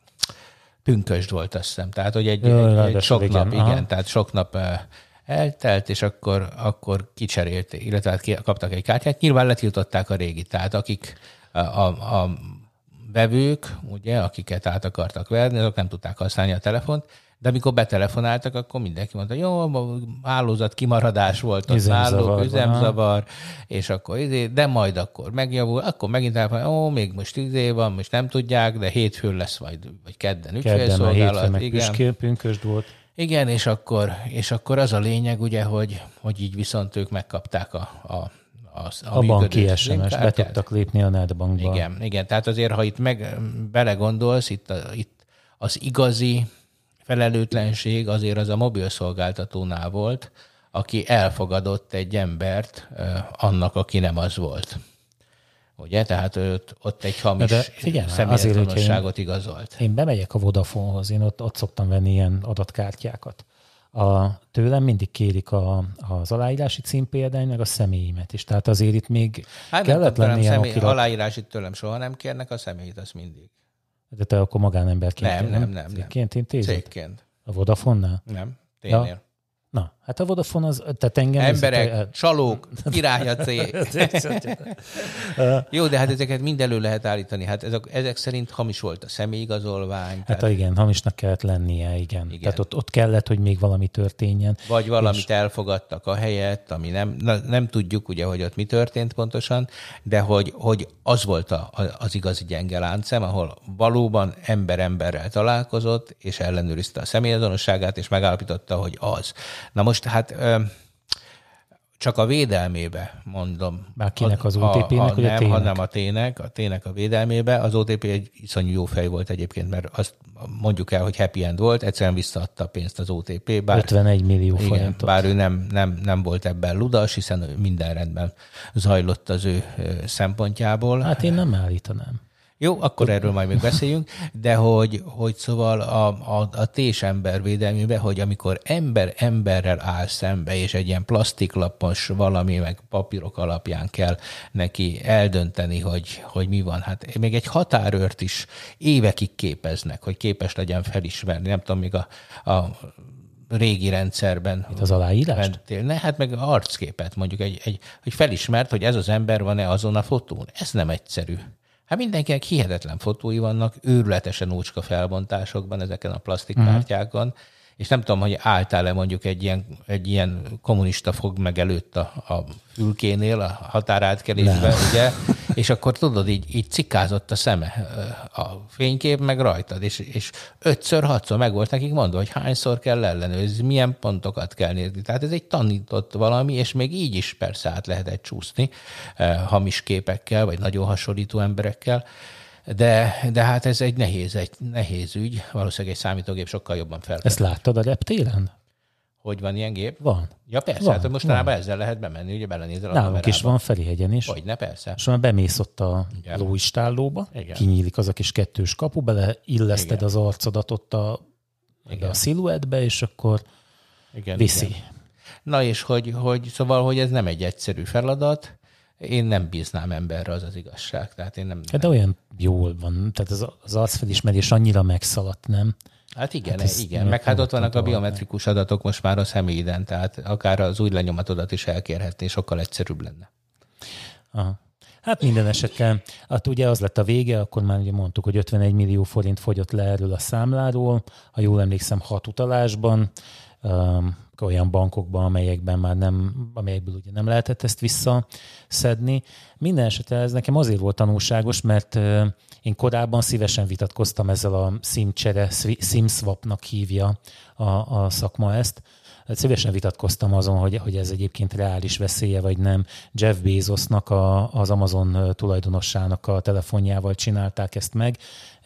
pünkösd volt, azt hiszem. Tehát, hogy egy, Jó, egy, egy sok igen, nap, aha. igen, tehát sok nap eltelt, és akkor, akkor kicserélték, illetve hát kaptak egy kártyát. Nyilván letiltották a régi, tehát akik a, a, a vevők, ugye, akiket át akartak verni, azok nem tudták használni a telefont, de amikor betelefonáltak, akkor mindenki mondta, jó, hálózat kimaradás volt, ott náluk, üzemzavar, és akkor izé, de majd akkor megjavul, akkor megint elmondja, ó, még most izé van, most nem tudják, de hétfőn lesz majd, vagy kedden ügyfélszolgálat. Kedden, hétfőn meg pünkösd volt. Igen, és akkor, és akkor az a lényeg, ugye, hogy, hogy így viszont ők megkapták a, a, a, a, a banki es em es, be tudtak lépni a netbankba. Igen, igen, tehát azért, ha itt meg belegondolsz, itt, a, itt az igazi felelőtlenség azért az a mobilszolgáltatónál volt, aki elfogadott egy embert annak, aki nem az volt. Ugye? Tehát őt, ott egy hamis személyazonosságot igazolt. Én bemegyek a Vodafonehoz, én ott, ott szoktam venni ilyen adatkártyákat. A, tőlem mindig kérik a, az aláírási címpéldány, meg a személyimet is. Tehát azért itt még hát kellett lenni ilyen személy, okirat. Aláírásit tőlem soha nem kérnek, a személyit azt mindig. De te akkor magánemberként? Nem, nem, nem. nem. Cégként intézed? Cégként. A Vodafone-nál? Nem, tényleg. Ja. Na, hát a Vodafone az, tehát engem... Emberek, ez, csalók, király a cég. Jó, de hát ezeket mind elő lehet állítani. Hát ezek, ezek szerint hamis volt a személyigazolvány. Hát tehát... igen, hamisnak kellett lennie, igen. igen. Tehát ott, ott kellett, hogy még valami történjen. Vagy valamit és... elfogadtak a helyet, ami nem, na, nem tudjuk ugye, hogy ott mi történt pontosan, de hogy, hogy az volt a, az igazi gyenge láncem, ahol valóban ember emberrel találkozott, és ellenőrizte a személyazonosságát, és megállapította, hogy az. Na most hát csak a védelmébe mondom. Bár kinek az o té pének, vagy a T-nek? Hanem a T-nek, a T-nek a védelmébe. Az o té pé egy iszonyú jó fej volt egyébként, mert azt mondjuk el, hogy happy end volt, egyszerűen visszaadta a pénzt az o té pé. Bár, ötvenegy millió forintot. Bár ő nem, nem, nem volt ebben ludas, hiszen minden rendben zajlott az ő szempontjából. Hát én nem állítanám. Jó, akkor erről majd még beszéljünk, de hogy, hogy szóval a, a, a tés ember védelmébe, hogy amikor ember emberrel áll szembe, és egy ilyen plastiklapos valami, meg papírok alapján kell neki eldönteni, hogy, hogy mi van. Hát még egy határőrt is évekig képeznek, hogy képes legyen felismerni. Nem tudom, még a, a régi rendszerben. Itt az aláírást? Ne, hát meg arcképet mondjuk, egy, egy, hogy felismert, hogy ez az ember van-e azon a fotón. Ez nem egyszerű. Hát mindenkinek hihetetlen fotói vannak, őrületesen ócska felbontásokban ezeken a plastikkártyákon, uh-huh. és nem tudom, hogy álltál-e mondjuk egy ilyen, egy ilyen kommunista fog meg előtt a, a fülkénél, a határátkelésben, ugye? És akkor tudod, így, így cikázott a szeme a fénykép, meg rajtad, és, és ötször, hatszor meg volt nekik mondva, hogy hányszor kell ellenőrizni, milyen pontokat kell nézni. Tehát ez egy tanított valami, és még így is persze át lehetett csúszni hamis képekkel, vagy nagyon hasonlító emberekkel. De, de hát ez egy nehéz, egy nehéz ügy. Valószínűleg egy számítógép sokkal jobban fel. Ezt láttad a reptéren? Hogy van ilyen gép? Van. Ja persze, van, hát mostanában van. Ezzel lehet bemenni, ugye belenézel a nálunk kamerába. Is van Ferihegyen is. Hogyne, persze. És már bemész ott a igen. lóistállóba, kinyílik az a kis kettős kapu, bele illeszted igen. az arcodat ott a ebbe a sziluettbe, és akkor igen, viszi. Igen. Na és hogy, hogy, szóval, hogy ez nem egy egyszerű feladat, én nem bíznám emberre, az az igazság. Tehát én nem, hát de olyan jól van, tehát az, az arcfelismerés annyira megszaladt, nem? Hát igen, hát igen. Meg hát ott vannak a biometrikus adatok most már a személyiden, tehát akár az új lenyomatodat is elkérhetné, sokkal egyszerűbb lenne. Aha. Hát minden esetben, hát ugye az lett a vége, akkor már ugye mondtuk, hogy ötvenegy millió forint fogyott le erről a számláról, ha jól emlékszem, hat utalásban, um, olyan bankokban, amelyekben már nem, amelyekből ugye nem lehetett ezt visszaszedni. Minden esetre ez nekem azért volt tanulságos, mert uh, én korábban szívesen vitatkoztam ezzel a SIM-csere, SIM-swapnak hívja a, a szakma ezt. Szívesen vitatkoztam azon, hogy, hogy ez egyébként reális veszélye, vagy nem. Jeff Bezosnak, a, az Amazon tulajdonossának a telefonjával csinálták ezt meg,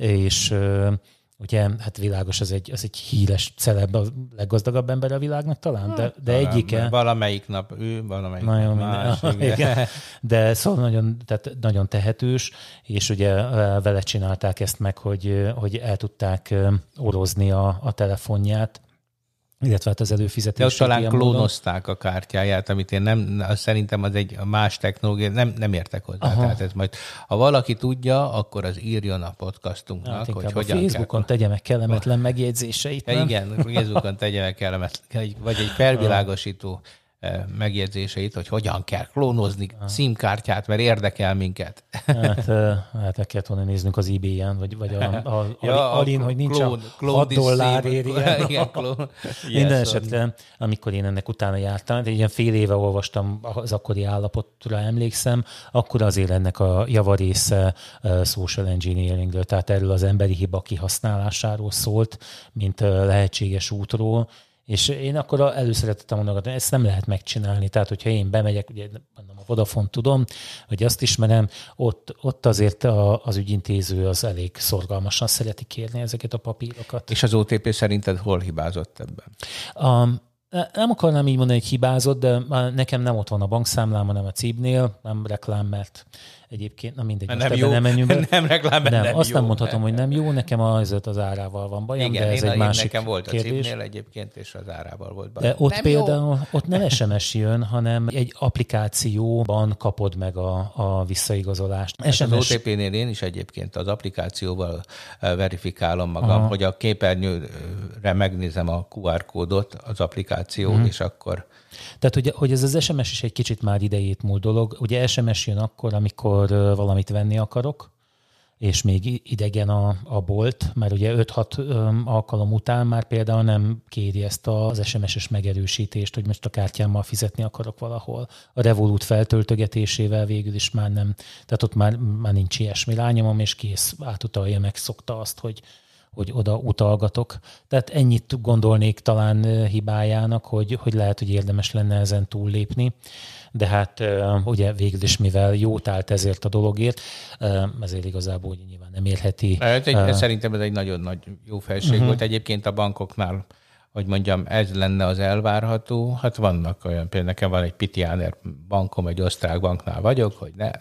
és ugye, hát világos, ez egy, ez egy híres celeb, a leggazdagabb ember a világnak talán, de, de talán, egyike. Valamelyik nap ő, valamelyik nagyon nap más. Igen. De szóval nagyon, tehát nagyon tehetős, és ugye vele csinálták ezt meg, hogy, hogy el tudták orozni a, a telefonját, illetve hát az előfizetését. De ott talán klónozták a kártyáját, amit én nem, szerintem az egy más technológia, nem, nem értek hozzá. Aha. Tehát ez majd, ha valaki tudja, akkor az írjon a podcastunknak, hát hogy hogyan a Facebookon kell... tegye meg kellemetlen megjegyzéseit. Ja, igen, Facebookon tegye meg kellemetlen, vagy egy felvilágosító megjegyzéseit, hogy hogyan kell klónozni SIM-kártyát, mert érdekel minket. Hát, hát el kellett volna néznünk az eBay-en, vagy, vagy a, a, ja, Alin, hogy nincs klón, a hat dollárért ilyen. Igen, klón. Minden yes, esetre, amikor én ennek utána jártam, egy ilyen fél éve olvastam az akkori állapotra, emlékszem, akkor azért ennek a javarésze social engineeringről, tehát erről az emberi hiba kihasználásáról szólt, mint lehetséges útról. És én akkor előszeretettem mondani, hogy ezt nem lehet megcsinálni. Tehát, hogyha én bemegyek, ugye mondom, a Vodafone tudom, hogy azt ismerem, ott, ott azért a, az ügyintéző az elég szorgalmasan szereti kérni ezeket a papírokat. És az o té pé szerinted hol hibázott ebben? A, nem akarnám így mondani, hogy hibázott, de nekem nem ott van a bankszámlám, hanem a címnél, nem reklám, mert egyébként, na mindegy, most nem jó, nem menjünk be. Nem reklám, nem, nem azt jó. nem mondhatom, hogy nem jó, nekem az, az árával van bajom, igen, de ez én, egy másik nekem volt kérdés. a címnél egyébként, és az árával volt bajom. De ott nem például, jó. ott nem es em es jön, hanem egy applikációban kapod meg a, a visszaigazolást. es em es... Az o té pénél én is egyébként az applikációval verifikálom magam, aha, hogy a képernyőre megnézem a kú ár kódot, az applikáció, hmm. és akkor... Tehát, hogy, hogy ez az es em es is egy kicsit már idejét múlt dolog. Ugye es em es jön akkor, amikor valamit venni akarok, és még idegen a, a bolt, mert ugye öt-hat alkalom után már például nem kéri ezt az es em es-es megerősítést, hogy most a kártyámmal fizetni akarok valahol. A Revolut feltöltögetésével végül is már nem, tehát ott már, már nincs ilyesmi. Rányomom, és kész, átutalja, megszokta azt, hogy hogy oda utalgatok. Tehát ennyit gondolnék talán hibájának, hogy, hogy lehet, hogy érdemes lenne ezen túllépni. De hát ugye végül is, mivel jót állt ezért a dologért, ezért igazából ugye nyilván nem érheti. Ez egy, uh, szerintem ez egy nagyon nagy jó felség uh-huh. volt. Egyébként a bankoknál, hogy mondjam, ez lenne az elvárható. Hát vannak olyan, például nekem van egy Pitiáner bankom, egy osztrák banknál vagyok, hogy ne,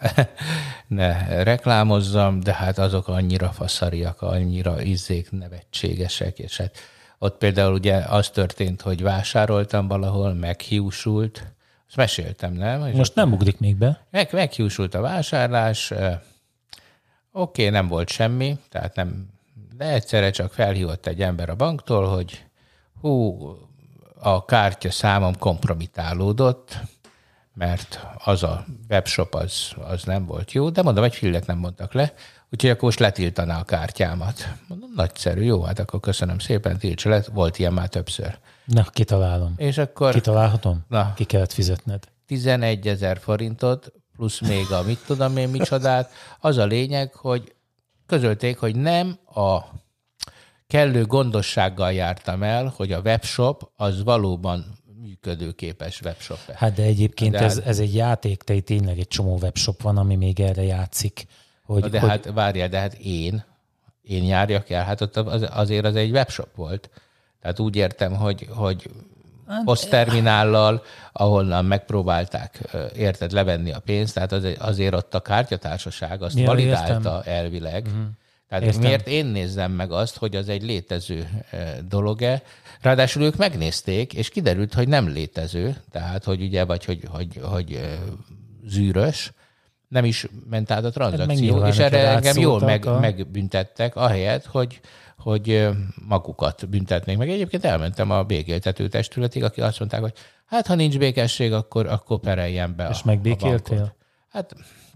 ne reklámozzam, de hát azok annyira faszariak, annyira izzék, nevetségesek, és hát ott például ugye az történt, hogy vásároltam valahol, meghiúsult, ezt meséltem, nem? És most nem ugrik még be. Meg, meghiúsult a vásárlás, oké, okay, nem volt semmi, tehát nem, de egyszerre csak felhívott egy ember a banktól, hogy hú, a kártya számom kompromitálódott, mert az a webshop az, az nem volt jó, de mondom, egy fillet nem mondtak le, úgyhogy akkor most letiltaná a kártyámat. Mondom, nagyszerű, jó, hát akkor köszönöm szépen, tiltsa le, volt ilyen már többször. Na, kitalálom. És akkor... Kitalálhatom? Na, ki kellett fizetned? tizenegyezer forintot, plusz még a mit tudom én micsodát. Az a lényeg, hogy közölték, hogy nem a kellő gondossággal jártam el, hogy a webshop az valóban működőképes webshop. Hát de egyébként de ez, hát, ez egy játék, tehát tényleg egy csomó webshop van, ami még erre játszik. Hogy, de hogy... hát várjál, de hát én, én járjak el, hát ott az, azért az egy webshop volt. Tehát úgy értem, hogy, hogy posztterminállal, ahonnan megpróbálták, érted, levenni a pénzt, tehát az, azért ott a kártyatársaság azt ja, validálta értem. Elvileg. Uh-huh. Tehát Értem. miért én nézzem meg azt, hogy az egy létező dolog-e? Ráadásul ők megnézték, és kiderült, hogy nem létező, tehát hogy ugye, vagy hogy, hogy, hogy zűrös, nem is ment át a tranzakció, hát és erre engem jól meg, a... megbüntettek, ahelyett, hogy, hogy magukat büntetnék meg. Egyébként elmentem a békéltető testületig, aki azt mondták, hogy hát ha nincs békesség, akkor, akkor pereljen be. És a, megbékéltél? Hát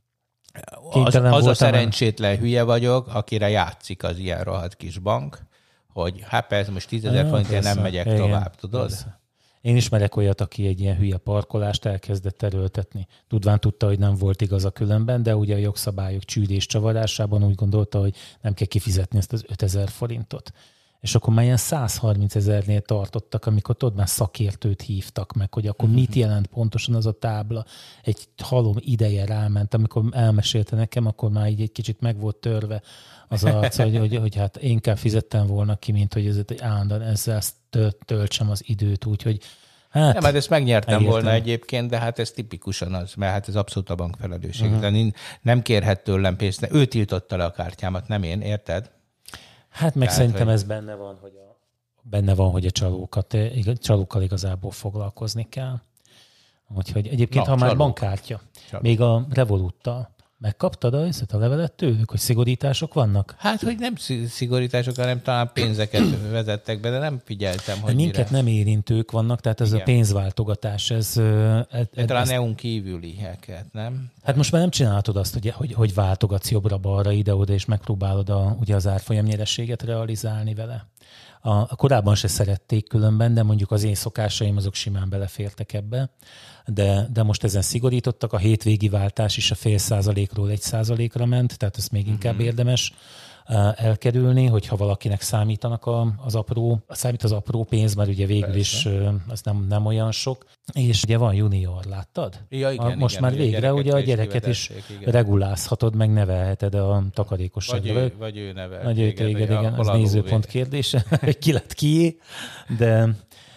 az, az a szerencsétlen hülye vagyok, akire játszik az ilyen rohadt kis bank, hogy hát persze most tízezer forintért nem megyek igen, tovább, tudod? Persze. Én ismerek olyat, aki egy ilyen hülye parkolást elkezdett erőltetni. Tudván tudta, hogy nem volt igaz a különben, de ugye a jogszabályok csűrés csavarásában úgy gondolta, hogy nem kell kifizetni ezt az ötezer forintot. És akkor már ilyen száz harminc ezernél tartottak, amikor tudod, már szakértőt hívtak meg, hogy akkor mit jelent pontosan az a tábla. Egy halom ideje ráment, amikor elmesélte nekem, akkor már így egy kicsit meg volt törve az arc, hogy, hogy, hogy hát én kell fizettem volna ki, mint hogy ez egy állandóan ezzel töltsem az időt, úgyhogy hát... Nem, hát ezt megnyertem megértem. volna egyébként, de hát ez tipikusan az, mert hát ez abszolút a bank felelősség. Uh-huh. De nem kérhet tőlem pénzt, ő tiltotta le a kártyámat, nem én, érted? Hát meg Tehát, szerintem hogy... ez benne van, hogy a, benne van, hogy a csalókat, csalókkal igazából foglalkozni kell. Úgyhogy egyébként, Na, ha csalók. már bankkártya, csalók. még a Revoluttal, megkaptad a, a levelet tőlük, hogy szigorítások vannak? Hát, hogy nem szigorítások, hanem talán pénzeket vezettek be, de nem figyeltem, hogy minket mire. nem érintők vannak, tehát ez Igen. a pénzváltogatás, ez... ez talán ezt... é u-n kívülieket, nem? Hát most már nem csinálhatod azt, hogy, hogy, hogy váltogatsz jobbra-balra, ide-oda, és megpróbálod a, ugye az árfolyam nyerességet realizálni vele. A, a korábban se szerették különben, de mondjuk az én szokásaim azok simán belefértek ebbe. De, de most ezen szigorítottak, a hétvégi váltás is a fél százalékról egy százalékra ment, tehát ezt még inkább mm-hmm. érdemes elkerülni, hogyha valakinek számítanak a, az apró, számít az apró pénz, mert ugye végül Persze. is az nem, nem olyan sok. És ugye van junior, láttad? Ja, igen, a, most igen, már végre ugye a gyereket is igen. regulázhatod, meg nevelheted a takarékosságra. Vagy ő, vagy ő nevel. Vagy ő téged, igen, igen az nézőpont kérdése, hogy ki lett kié, de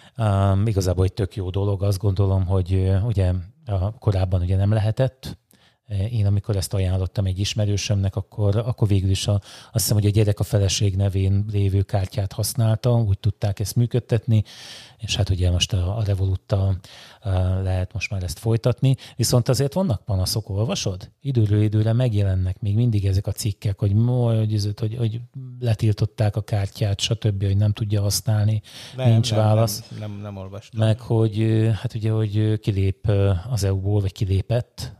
um, igazából egy tök jó dolog, azt gondolom, hogy uh, ugye uh, korábban ugye nem lehetett. Én amikor ezt ajánlottam egy ismerősömnek, akkor, akkor végül is a, azt hiszem, hogy a gyerek a feleség nevén lévő kártyát használta, úgy tudták ezt működtetni, és hát ugye most a, a Revoluttal lehet most már ezt folytatni. Viszont azért vannak panaszok, olvasod? Időről időre megjelennek még mindig ezek a cikkek, hogy, hogy, hogy, hogy letiltották a kártyát, stb., hogy nem tudja használni, nem, nincs nem, válasz. Nem, nem, nem olvastam. Meg, hogy hát ugye, hogy kilép az é u-ból, vagy kilépett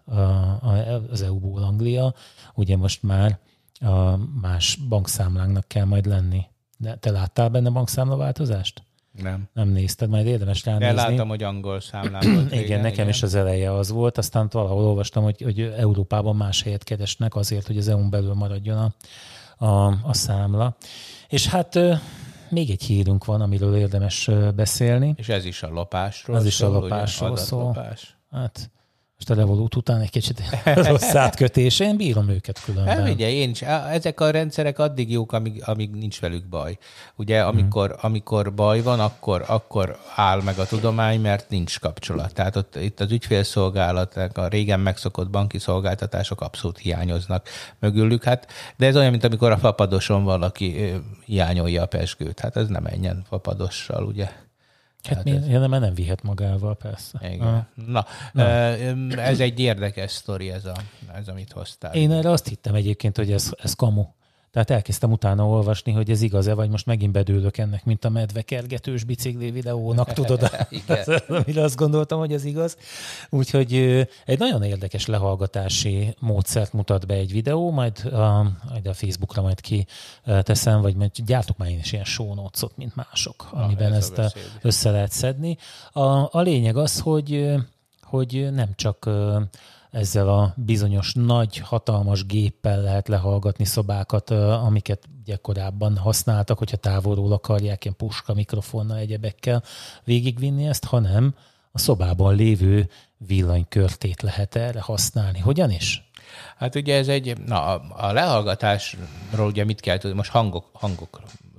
az é u-ból Anglia, ugye most már a más bankszámlánknak kell majd lenni. De te láttál benne bankszámlaváltozást? Nem. Nem nézted, majd érdemes ránézni. De láttam, hogy angol számlám volt. Igen, igen, nekem igen. is az eleje az volt, aztán valahol olvastam, hogy, hogy Európában más helyet keresnek azért, hogy az é u-n belül maradjon a, a, a számla. És hát még egy hírünk van, amiről érdemes beszélni. És ez is a lopásról Ez is a lopásról szól. Hát most a Revolut után egy kicsit rossz átkötés. Én bírom őket különben. Hát ugye, én is. Ezek a rendszerek addig jók, amíg, amíg nincs velük baj. Ugye, amikor, hmm. amikor baj van, akkor, akkor áll meg a tudomány, mert nincs kapcsolat. Tehát ott, itt az ügyfélszolgálatok, a régen megszokott banki szolgáltatások abszolút hiányoznak mögülük. Hát, de ez olyan, mint amikor a fapadoson valaki hiányolja a pezsgőt. Hát ez nem menjen fapadossal, ugye? Hát mi, ez... nem, nem vihet magával, persze. Igen. Ah. Na, Na, ez egy érdekes sztori, ez, a, ez amit hoztál. Én erre azt hittem egyébként, hogy ez, ez kamu. Tehát elkezdtem utána olvasni, hogy ez igaz-e, vagy most megint bedőlök ennek, mint a medvekergetős bicikli videónak, tudod, amire azt gondoltam, hogy ez igaz. Úgyhogy egy nagyon érdekes lehallgatási módszert mutat be egy videó, majd a, majd a Facebookra majd kiteszem, vagy majd gyártok már én is ilyen show notes-ot, mint mások, amiben ezt a össze lehet szedni. A, a lényeg az, hogy, hogy nem csak ezzel a bizonyos nagy, hatalmas géppel lehet lehallgatni szobákat, amiket ugye korábban használtak, hogyha távolról akarják, ilyen puska mikrofonnal, egyebekkel végigvinni ezt, hanem a szobában lévő villanykörtét lehet erre használni. Hogyan is? Hát ugye ez egy, na a lehallgatásról ugye mit kell tudni, most hangok, hangokról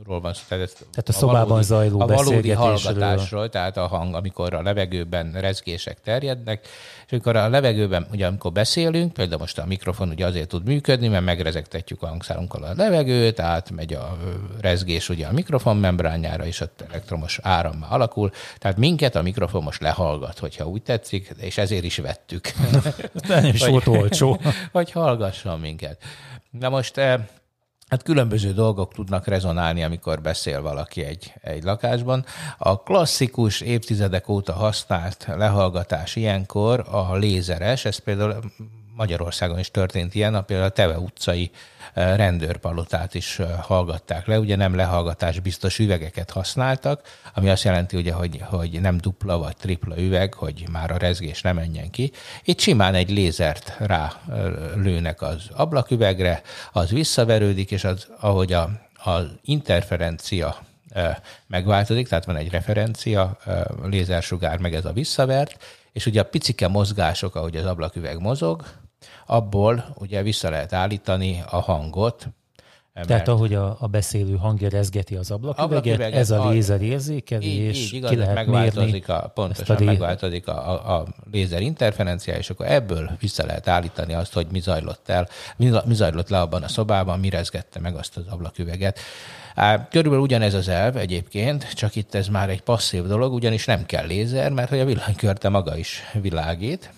van szó. Tehát, tehát a, a szobában valódi, zajló a valódi beszélgetésről. hallgatásról, tehát a hang, amikor a levegőben rezgések terjednek, és amikor a levegőben, ugye amikor beszélünk, például most a mikrofon ugye azért tud működni, mert megrezegtetjük a hangszárunkkal a levegőt, átmegy a rezgés ugye a mikrofon membránjára, és ott elektromos áram alakul. Tehát minket a mikrofon most lehallgat, hogyha úgy tetszik, és ezért is vettük. Nem is volt olcsó. Hogy hallgasson minket. Na most hát különböző dolgok tudnak rezonálni, amikor beszél valaki egy, egy lakásban. A klasszikus, évtizedek óta használt lehallgatás ilyenkor a lézeres, ez például Magyarországon is történt ilyen, például a Teve utcai rendőrpalotát is hallgatták le, ugye nem lehallgatás biztos üvegeket használtak, ami azt jelenti, ugye, hogy, hogy nem dupla vagy tripla üveg, hogy már a rezgés nem menjen ki. Itt simán egy lézert rá lőnek az ablaküvegre, az visszaverődik, és az, ahogy a, az interferencia megváltozik, tehát van egy referencia, lézersugár, meg ez a visszavert, és ugye a picike mozgások, ahogy az ablaküveg mozog, abból ugye vissza lehet állítani a hangot. Tehát ahogy a, a beszélő hangja rezgeti az ablaküveget, ablaküveget ez a lézer érzékeli, és így, igaz, ki lehet megváltozik a, pontosan a megváltozik a, a, a lézer interferencia, és akkor ebből vissza lehet állítani azt, hogy mi zajlott el, mi, mi zajlott le abban a szobában, mi rezgette meg azt az ablaküveget. Körülbelül ugyanez az elv egyébként, csak itt ez már egy passzív dolog, ugyanis nem kell lézer, mert hogy a villanykörte maga is világít,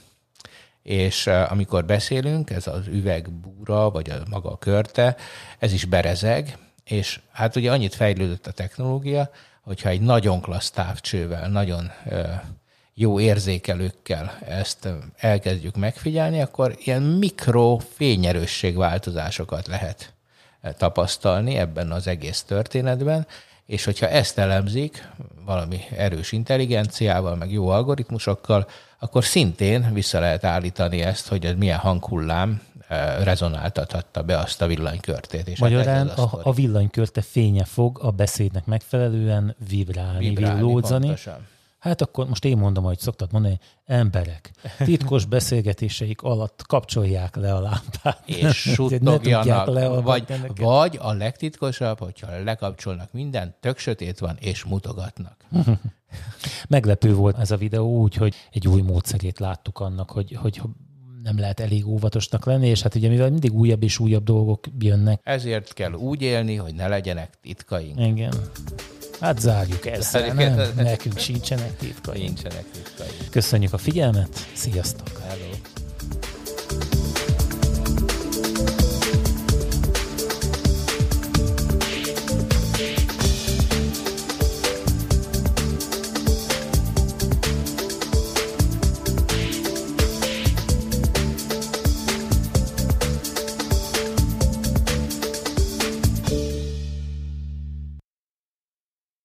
és amikor beszélünk, ez az üvegbúra, vagy a maga a körte, ez is berezeg, és hát ugye annyit fejlődött a technológia, hogyha egy nagyon klassz távcsővel, nagyon jó érzékelőkkel ezt elkezdjük megfigyelni, akkor ilyen mikro fényerősségváltozásokat lehet tapasztalni ebben az egész történetben, és hogyha ezt elemzik valami erős intelligenciával, meg jó algoritmusokkal, akkor szintén vissza lehet állítani ezt, hogy ez milyen hanghullám rezonáltathatta be azt a villanykörtét. És magyarán hát a, a villanykörte fénye fog a beszédnek megfelelően vibrálni, vibrálni villódzani. Pontosan. Hát akkor most én mondom, ahogy szoktad mondani, emberek, titkos beszélgetéseik alatt kapcsolják le a lámpát. És suttogjanak, vagy, vagy a legtitkosabb, hogyha lekapcsolnak mindent, tök sötét van, és mutogatnak. Meglepő volt ez a videó úgy, hogy egy új módszerét láttuk annak, hogy, hogy nem lehet elég óvatosnak lenni, és hát ugye mivel mindig újabb és újabb dolgok jönnek. Ezért kell úgy élni, hogy ne legyenek titkaink. Igen. Hát zárjuk ezzel, nem? Nekünk sincsenek titkaink. Nincsenek titkaink. Köszönjük a figyelmet, sziasztok! Hello.